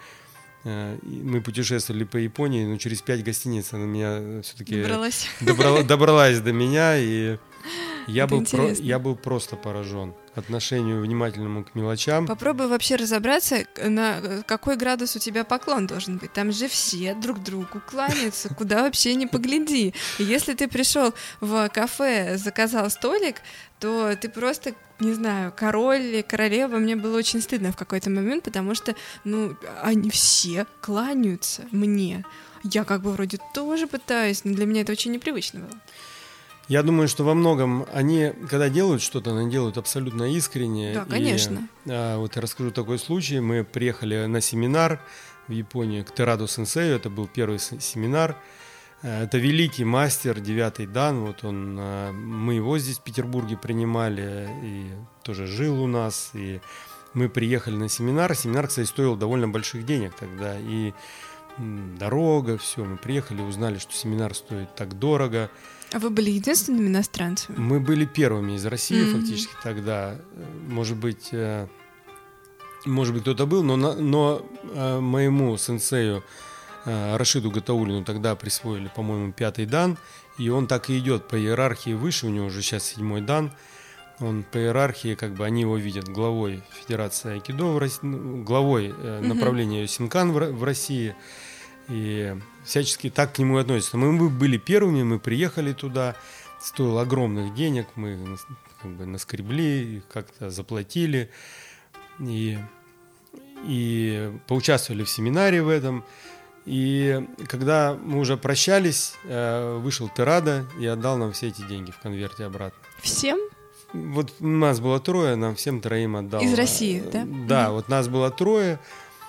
B: Мы путешествовали по Японии, но через пять гостиниц она меня все-таки
A: добралась.
B: Добрала, добралась до меня. И Я был, про, я был просто поражен отношению внимательному к мелочам.
A: Попробуй вообще разобраться, на какой градус у тебя поклон должен быть. Там же все друг другу кланяются, куда вообще не погляди. И если ты пришел в кафе, заказал столик, то ты просто, не знаю, король или королева. Мне было очень стыдно в какой-то момент, потому что, ну, они все кланяются мне. Я как бы вроде тоже пытаюсь, но для меня это очень непривычно было.
B: Я думаю, что во многом они, когда делают что-то, они делают абсолютно искренне.
A: Да, конечно.
B: И, а, вот я расскажу такой случай. Мы приехали на семинар в Японию к Тераду сенсею. Это был первый семинар. Это великий мастер, девятый дан. Вот он, мы его здесь в Петербурге принимали и тоже жил у нас. И мы приехали на семинар. Семинар, кстати, стоил довольно больших денег тогда. И дорога, все. Мы приехали, узнали, что семинар стоит так дорого.
A: А вы были единственными иностранцами? Мы
B: были первыми из России, mm-hmm. фактически тогда. Может быть, может быть кто-то был, но, но моему сенсею Рашиду Гатауллину тогда присвоили, по-моему, пятый дан, и он так и идет по иерархии выше, у него уже сейчас седьмой дан. Он по иерархии, как бы они его видят главой Федерации айкидо, в России, главой mm-hmm. направления Синкан в России. И всячески так к нему относятся. Мы были первыми, мы приехали туда, стоило огромных денег, мы как бы наскребли, как-то заплатили и, и поучаствовали в семинаре в этом. И когда мы уже прощались, вышел Терада и отдал нам все эти деньги в конверте обратно.
A: Всем?
B: Вот нас было трое, нам всем троим отдал.
A: Из России, да?
B: Да, mm-hmm. вот нас было трое.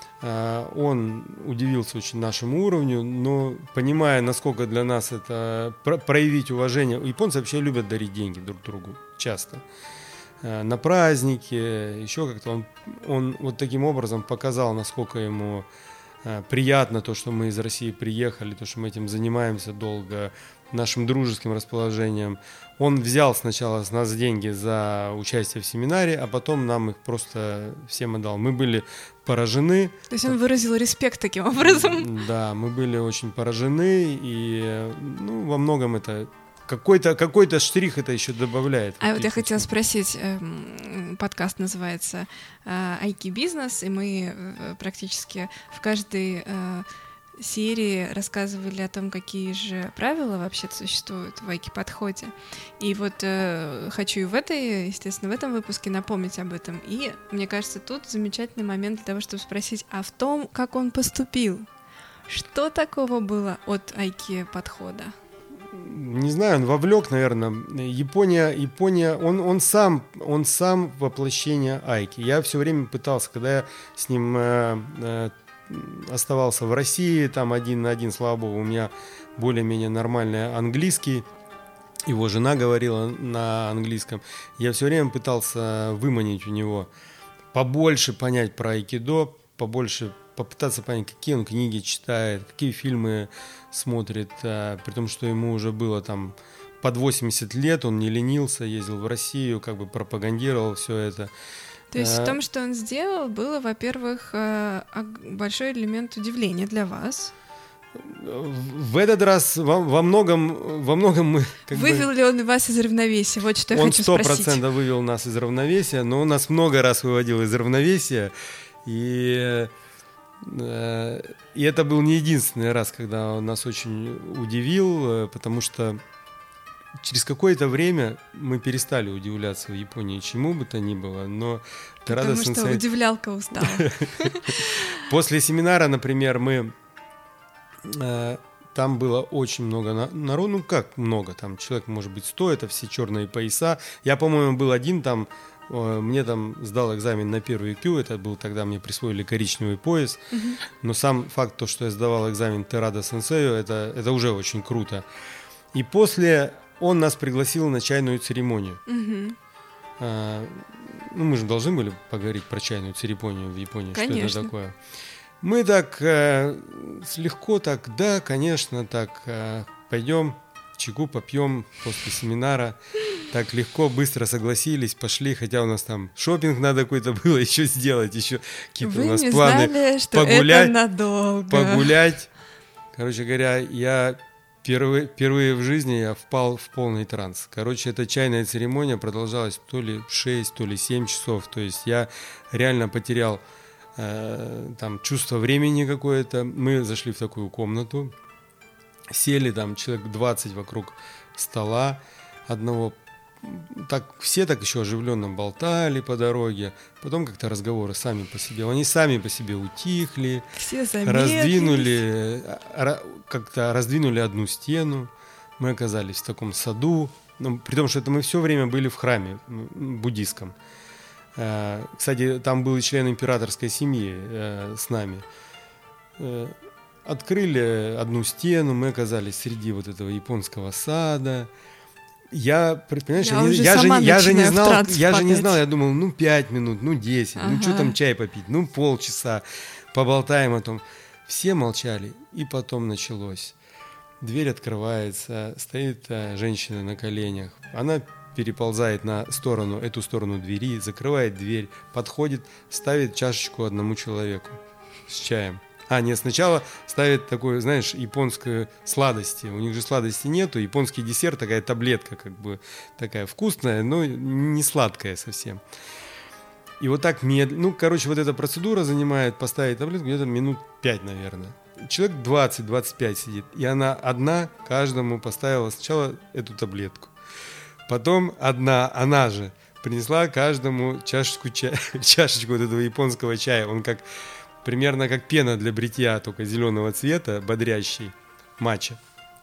B: Он удивился очень нашему уровню, но понимая, насколько для нас это проявить уважение. Японцы вообще любят дарить деньги друг другу часто. На праздники, еще как-то он, он вот таким образом показал, насколько ему приятно то, что мы из России приехали, то, что мы этим занимаемся долго, нашим дружеским расположением. Он взял сначала с нас деньги за участие в семинаре, а потом нам их просто всем отдал. Мы были поражены.
A: То есть он выразил респект таким образом?
B: Да, мы были очень поражены, и ну, во многом это какой-то, какой-то штрих это еще добавляет.
A: А вот я хотела спросить, подкаст называется «Айки-бизнес», и мы практически в каждой серии рассказывали о том, какие же правила вообще существуют в айки-подходе. И вот э, хочу и в этой, естественно, в этом выпуске напомнить об этом. И мне кажется, тут замечательный момент для того, чтобы спросить, а в том, как он поступил, что такого было от айки-подхода?
B: Не знаю, он вовлек, наверное. Япония, Япония, он, он сам, он сам воплощение айки. Я все время пытался, когда я с ним э, э, оставался в России, там один на один, слава богу, у меня более-менее нормальный английский, его жена говорила на английском, я все время пытался выманить у него побольше понять про айкидо, побольше попытаться понять, какие он книги читает, какие фильмы смотрит, при том, что ему уже было там под восемьдесят лет, он не ленился, ездил в Россию, как бы пропагандировал все это.
A: То есть в том, что он сделал, было, во-первых, большой элемент удивления для вас.
B: В этот раз во, во многом, во многом мы...
A: Вывел бы, ли он вас из равновесия? Вот что я хочу спросить.
B: Он сто процентов вывел нас из равновесия, но он нас много раз выводил из равновесия. И, и это был не единственный раз, когда он нас очень удивил, потому что через какое-то время мы перестали удивляться в Японии чему бы то ни было, но Терада
A: Потому
B: сенсей...
A: что удивлялка устала.
B: После семинара, например, мы... Там было очень много народу, ну как много, там человек может быть сто, это все черные пояса. Я, по-моему, был один там, мне там сдал экзамен на первый кью, это был тогда, мне присвоили коричневый пояс. Uh-huh. Но сам факт, то, что я сдавал экзамен Терада сенсею, это, это уже очень круто. И после... Он нас пригласил на чайную церемонию. Uh-huh. А, ну, мы же должны были поговорить про чайную церемонию в Японии.
A: Конечно.
B: Что это такое. Мы так э, легко так, да, конечно, так, э, пойдем чайку попьем после семинара. Так легко, быстро согласились, пошли, хотя у нас там шопинг надо какой-то было еще сделать, еще какие-то
A: Вы
B: у нас
A: не
B: планы
A: знали, что
B: погулять,
A: это надолго.
B: погулять. Короче говоря, я... Впервые, впервые в жизни я впал в полный транс. Короче, эта чайная церемония продолжалась то ли шесть, то ли семь часов. То есть я реально потерял э, там чувство времени какое-то. Мы зашли в такую комнату, сели там человек двадцать вокруг стола одного. Так, все так еще оживленно болтали по дороге. Потом как-то разговоры сами по себе. Они сами по себе утихли.
A: Все
B: раздвинули, как-то раздвинули одну стену. Мы оказались в таком саду. Ну, при том, что это мы все время были в храме буддийском. Кстати, там был и член императорской семьи с нами. Открыли одну стену, мы оказались среди вот этого японского сада. Я, понимаешь, я, не, я, же, я же не знал, я же не знал, я думал, ну пять минут, ну десять, ага. ну что там чай попить, ну полчаса, поболтаем о том. Все молчали, и потом началось. Дверь открывается, стоит а, женщина на коленях, она переползает на сторону, эту сторону двери, закрывает дверь, подходит, ставит чашечку одному человеку с чаем. А, нет, сначала ставят такую, знаешь, японскую сладости. У них же сладости нету. Японский десерт, такая таблетка, как бы такая вкусная, но не сладкая совсем. И вот так медленно, ну, короче, вот эта процедура занимает поставить таблетку где-то минут пять, наверное. Человек двадцать-двадцать пять сидит. И она одна каждому поставила сначала эту таблетку. Потом одна, она же принесла каждому чашечку, чая, чашечку вот этого японского чая. Он как... Примерно как пена для бритья, только зеленого цвета, бодрящий, матча.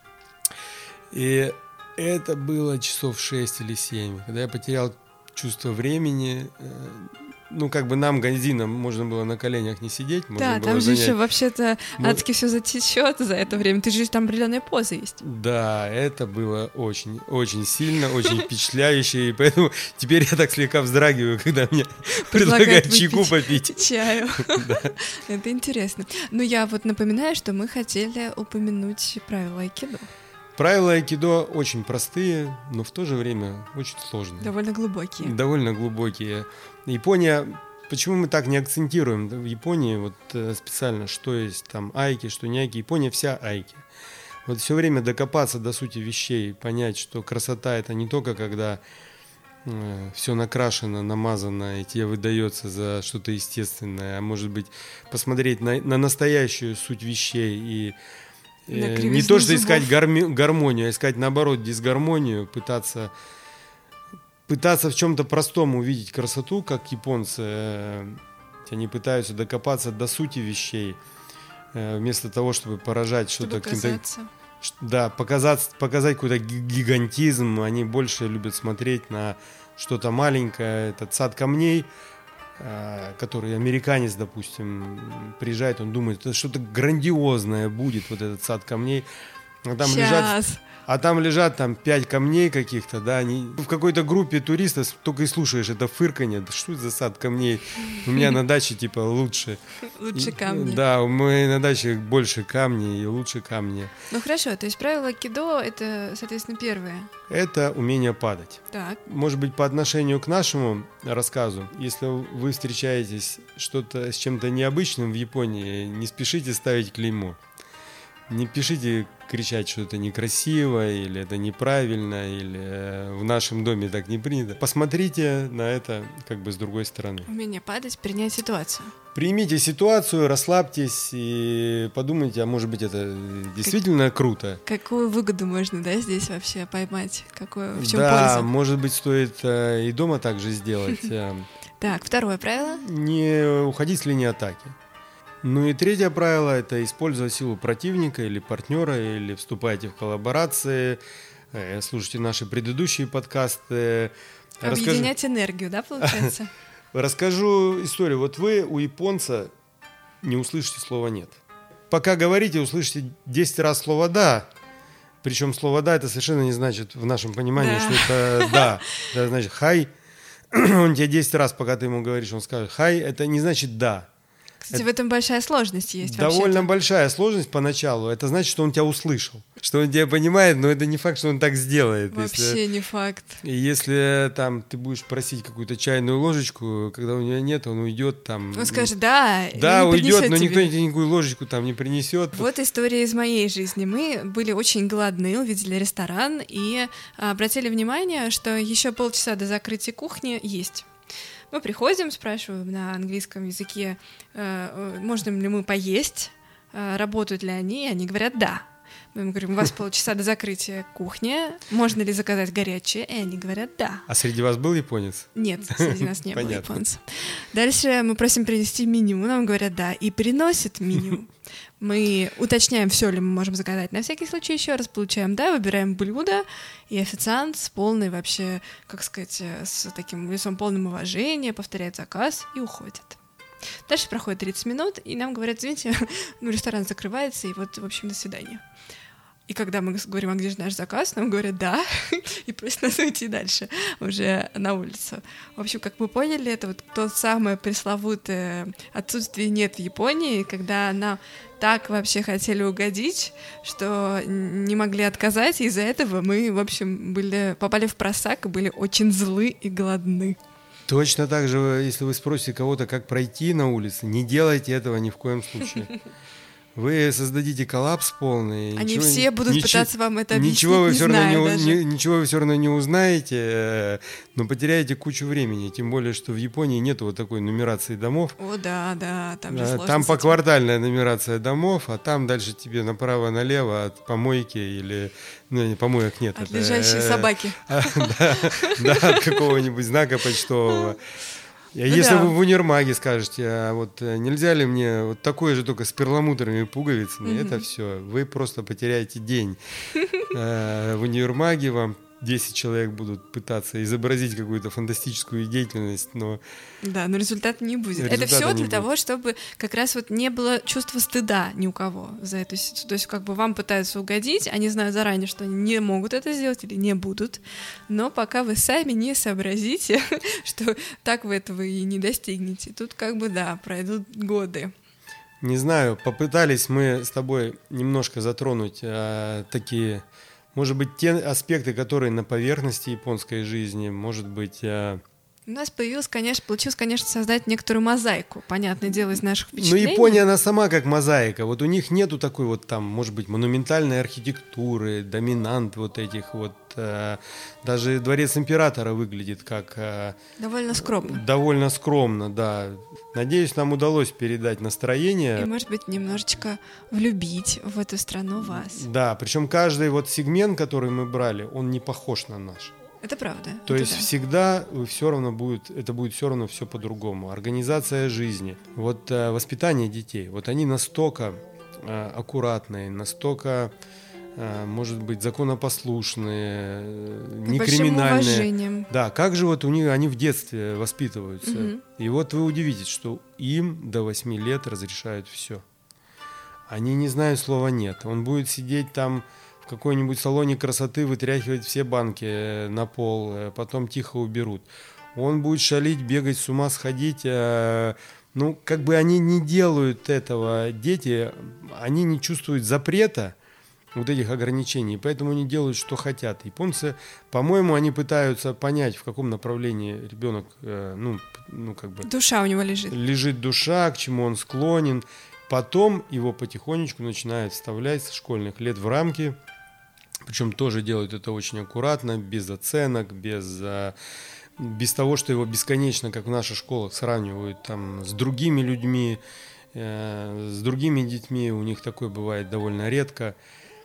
B: И это было часов шесть или семь, когда я потерял чувство времени. Ну, как бы нам, гандинам, можно было на коленях не сидеть. Можно
A: да,
B: было
A: там же
B: занять...
A: еще вообще-то адски все затечет за это время. Ты же там определенная поза есть.
B: Да, это было очень, очень сильно, очень впечатляюще. И поэтому теперь я так слегка вздрагиваю, когда мне предлагают чайку попить.
A: Чаю. Это интересно. Ну, я вот напоминаю, что мы хотели упомянуть правила айкидо.
B: Правила айкидо очень простые, но в то же время очень сложные.
A: Довольно глубокие.
B: Довольно глубокие. Япония, почему мы так не акцентируем в Японии вот специально, что есть там айки, что не айки. Япония вся айки. Вот все время докопаться до сути вещей, понять, что красота это не только когда э, все накрашено, намазано и тебе выдается за что-то естественное, а может быть посмотреть на, на настоящую суть вещей и э, не то, что искать гарми- гармонию, а искать наоборот дисгармонию, пытаться... Пытаться в чем-то простом увидеть красоту, как японцы, они пытаются докопаться до сути вещей, вместо того, чтобы поражать
A: чтобы
B: что-то каким-то...
A: Казаться.
B: Да, показать, показать какой-то гигантизм. Они больше любят смотреть на что-то маленькое. Этот сад камней, который американец, допустим, приезжает, он думает, это что-то грандиозное будет, вот этот сад камней. А там
A: Сейчас.
B: лежат... А там лежат там пять камней каких-то, да, они в какой-то группе туристов только и слушаешь это фырканье, да что это за сад камней, у меня на даче типа лучше.
A: Лучше камни.
B: Да, у меня на даче больше камней и лучше камни.
A: Ну хорошо, то есть правило айкидо это, соответственно, первое.
B: Это умение падать.
A: Так.
B: Может быть, по отношению к нашему рассказу, если вы встречаетесь что-то с чем-то необычным в Японии, не спешите ставить клеймо. Не пишите кричать, что это некрасиво, или это неправильно, или в нашем доме так не принято. Посмотрите на это как бы с другой стороны.
A: Умение падать, принять ситуацию.
B: Примите ситуацию, расслабьтесь и подумайте, а может быть это действительно как, круто.
A: Какую выгоду можно, да, здесь вообще поймать? Какую, в чем
B: да,
A: польза?
B: Да, может быть стоит и дома так же сделать.
A: Так, второе правило?
B: Не уходить с линии атаки. Ну и третье правило – это использовать силу противника или партнера, или вступайте в коллаборации, слушайте наши предыдущие подкасты.
A: Объединять Расскажу... энергию, да, получается?
B: Расскажу историю. Вот вы у японца не услышите слова «нет». Пока говорите, услышите десять раз слово «да». Причем слово «да» это совершенно не значит в нашем понимании, да. что это «да». Это значит «хай». Он тебе десять раз, пока ты ему говоришь, он скажет «хай», это не значит «да».
A: Кстати, это в этом большая сложность есть.
B: Довольно
A: вообще-то.
B: большая сложность поначалу. Это значит, что он тебя услышал, что он тебя понимает, но это не факт, что он так сделает.
A: Вообще
B: если...
A: не факт.
B: И если там ты будешь просить какую-то чайную ложечку, когда у него нет, он уйдет там.
A: Он скажет, да,
B: да,
A: не
B: уйдет, но
A: тебе.
B: никто тебе никакую ложечку там не принесет.
A: Вот история из моей жизни. Мы были очень голодны, увидели ресторан и обратили внимание, что еще полчаса до закрытия кухни есть. Мы приходим, спрашиваем на английском языке, можем ли мы поесть, работают ли они, и они говорят «да». Мы им говорим, у вас полчаса до закрытия кухни, можно ли заказать горячее? И они говорят «да».
B: А среди вас был японец?
A: Нет, среди нас не было японцев. Дальше мы просим принести меню, нам говорят «да», и приносят меню. Мы уточняем, все ли мы можем заказать. На всякий случай еще раз получаем «да», выбираем блюдо, и официант с полной вообще, как сказать, с таким лицом полным уважения повторяет заказ и уходит. Дальше проходит тридцать минут, и нам говорят, извините, ну, ресторан закрывается, и вот, в общем, до свидания. И когда мы говорим, а где же наш заказ, нам говорят «да», и просят нас уйти дальше, уже на улицу. В общем, как мы поняли, это вот то самое пресловутое отсутствие «нет» в Японии, когда нам так вообще хотели угодить, что не могли отказать, и из-за этого мы, в общем, были, попали в просак и были очень злы и голодны.
B: Точно так же, если вы спросите кого-то, как пройти на улице, не делайте этого ни в коем случае. Вы создадите коллапс полный.
A: Они
B: ничего,
A: все будут
B: ничего,
A: пытаться вам это объяснить,
B: ничего вы
A: не
B: все равно
A: знаю
B: не, не, ничего вы все равно не узнаете, но потеряете кучу времени. Тем более, что в Японии нет вот такой нумерации домов.
A: О, да, да, там же сложно.
B: Там поквартальная нумерация домов, а там дальше тебе направо-налево от помойки или... Ну, помоек нет.
A: От лежащей собаки.
B: Да, от какого-нибудь знака почтового. Если
A: да.
B: вы в универмаге скажете, а вот нельзя ли мне вот такое же только с перламутровыми пуговицами, mm-hmm. это все, вы просто потеряете день. В универмаге вам десять человек будут пытаться изобразить какую-то фантастическую деятельность, но... Да, но
A: результата не будет.
B: Результата
A: это все для
B: будет.
A: того, чтобы как раз вот не было чувства стыда ни у кого за эту ситуацию. То есть как бы вам пытаются угодить, они знают заранее, что они не могут это сделать или не будут, но пока вы сами не сообразите, что так вы этого и не достигнете. Тут как бы, да, пройдут годы.
B: Не знаю, попытались мы с тобой немножко затронуть а, такие... Может быть, те аспекты, которые на поверхности японской жизни, может быть... А...
A: У нас появилось, конечно, получилось, конечно, создать некоторую мозаику, понятное дело, из наших впечатлений.
B: Но Япония, она сама как мозаика. Вот у них нету такой вот там, может быть, монументальной архитектуры, доминант вот этих вот. Э, даже дворец императора выглядит как... Э,
A: довольно скромно.
B: Довольно скромно, да. Надеюсь, нам удалось передать настроение.
A: И, может быть, немножечко влюбить в эту страну вас.
B: Да, причем каждый вот сегмент, который мы брали, он не похож на наш.
A: Это правда.
B: То
A: это
B: есть
A: да.
B: всегда все равно будет, это будет все равно все по-другому. Организация жизни, вот э, воспитание детей, вот они настолько э, аккуратные, настолько, э, может быть, законопослушные, э, не криминальные.
A: Уважением.
B: Да, как же вот у них они в детстве воспитываются. Угу. И вот вы удивитесь, что им до восьми лет разрешают все. Они не знают слова «нет». Он будет сидеть там в какой-нибудь салоне красоты, вытряхивать все банки на пол, потом тихо уберут. Он будет шалить, бегать, с ума сходить. Ну, как бы они не делают этого, дети, они не чувствуют запрета, вот этих ограничений, поэтому они делают, что хотят. Японцы, по-моему, они пытаются понять, в каком направлении ребенок, ну, ну как бы...
A: Душа у него лежит.
B: Лежит душа, к чему он склонен. Потом его потихонечку начинают вставлять с школьных лет в рамки. Причем тоже делают это очень аккуратно, без оценок, без, без того, что его бесконечно, как в наших школах, сравнивают там, с другими людьми, э, с другими детьми. У них такое бывает довольно редко.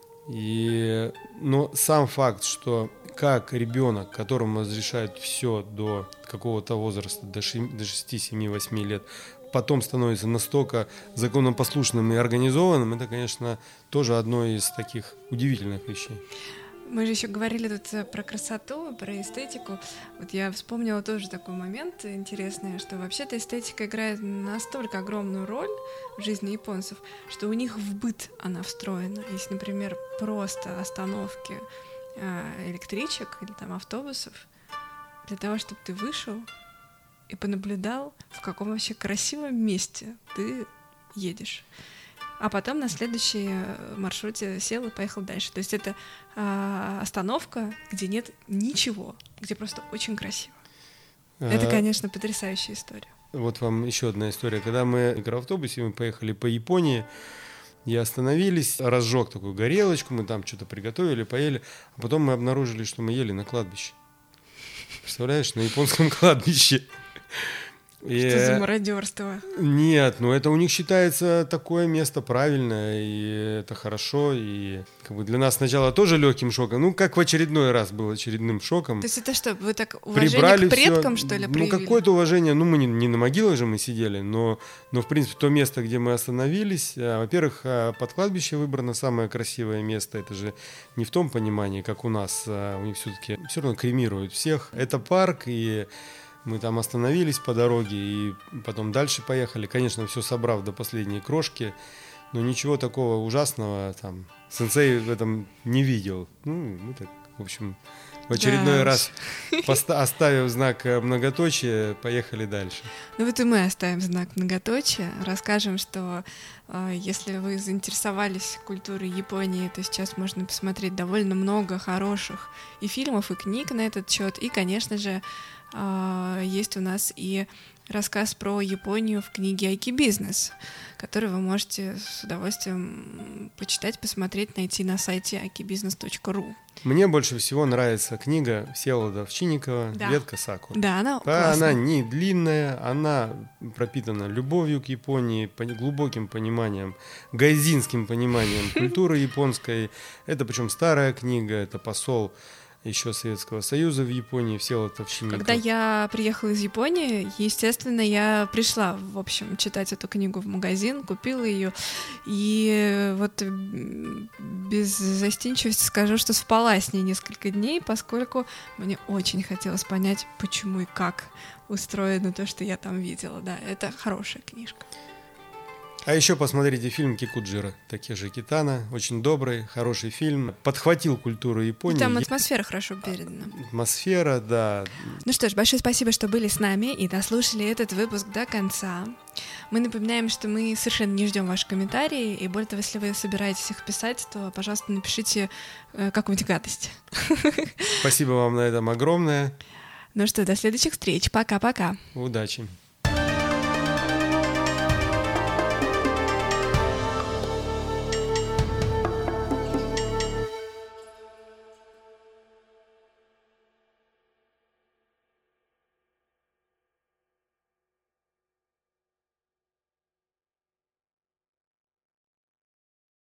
B: И, но сам факт, что как ребенок, которому разрешают все до какого-то возраста, до шести, семи, восьми лет, потом становится настолько законопослушным и организованным, это, конечно, тоже одно из таких удивительных вещей.
A: Мы же еще говорили тут про красоту, про эстетику. Вот я вспомнила тоже такой момент интересный, что вообще-то эстетика играет настолько огромную роль в жизни японцев, что у них в быт она встроена. Если, например, просто остановки электричек или там автобусов, для того, чтобы ты вышел и понаблюдал, в каком вообще красивом месте ты едешь. А потом на следующем маршруте сел и поехал дальше. То есть это э, остановка, где нет ничего, где просто очень красиво. Это, конечно, потрясающая история.
B: Вот вам еще одна история. Когда мы в микроавтобусе, мы поехали по Японии, и остановились, разжег такую горелочку, мы там что-то приготовили, поели, а потом мы обнаружили, что мы ели на кладбище. Представляешь, на японском кладбище.
A: Что и... за мародерство?
B: Нет, ну это у них считается такое место правильное, и это хорошо, и как бы для нас сначала тоже легким шоком, ну как в очередной раз был очередным шоком.
A: То есть это что, вы так уважение Прибрали к предкам, все, что ли, проявили?
B: Ну какое-то уважение, ну мы не, не на могилах же мы сидели, но, но в принципе то место, где мы остановились, во-первых, под кладбище выбрано самое красивое место, это же не в том понимании, как у нас, у них все-таки все равно кремируют всех, это парк, и мы там остановились по дороге и потом дальше поехали. Конечно, все собрав до последней крошки, но ничего такого ужасного там сенсей в этом не видел. Ну, мы так, в общем, в очередной да. раз, поста- оставив знак многоточия, поехали дальше.
A: Ну вот и мы оставим знак многоточия. Расскажем, что э, если вы заинтересовались культурой Японии, то сейчас можно посмотреть довольно много хороших и фильмов, и книг на этот счет. И, конечно же, есть у нас и рассказ про Японию в книге «Айки-бизнес», который вы можете с удовольствием почитать, посмотреть, найти на сайте айки-бизнес точка ру.
B: Мне больше всего нравится книга Всеволода Овчинникова да. «Ветка сакуры».
A: Да, она классная.
B: Она не длинная, она пропитана любовью к Японии, глубоким пониманием, гайдзинским пониманием культуры японской. Это причем старая книга, это посол еще Советского Союза в Японии, Всеволод Овчинников.
A: Когда я приехала из Японии, естественно, я пришла, в общем, читать эту книгу в магазин, купила ее, и вот без застенчивости скажу, что спала с ней несколько дней, поскольку мне очень хотелось понять, почему и как устроено то, что я там видела. Да, это хорошая книжка.
B: А еще посмотрите фильм «Кикуджиро» Такеши Китано. Очень добрый, хороший фильм. Подхватил культуру Японии.
A: Там атмосфера хорошо передана.
B: Атмосфера, да.
A: Ну что ж, большое спасибо, что были с нами и дослушали этот выпуск до конца. Мы напоминаем, что мы совершенно не ждем ваши комментарии, и более того, если вы собираетесь их писать, то, пожалуйста, напишите э, какую-нибудь гадость.
B: Спасибо вам на этом огромное.
A: Ну что, до следующих встреч. Пока-пока.
B: Удачи.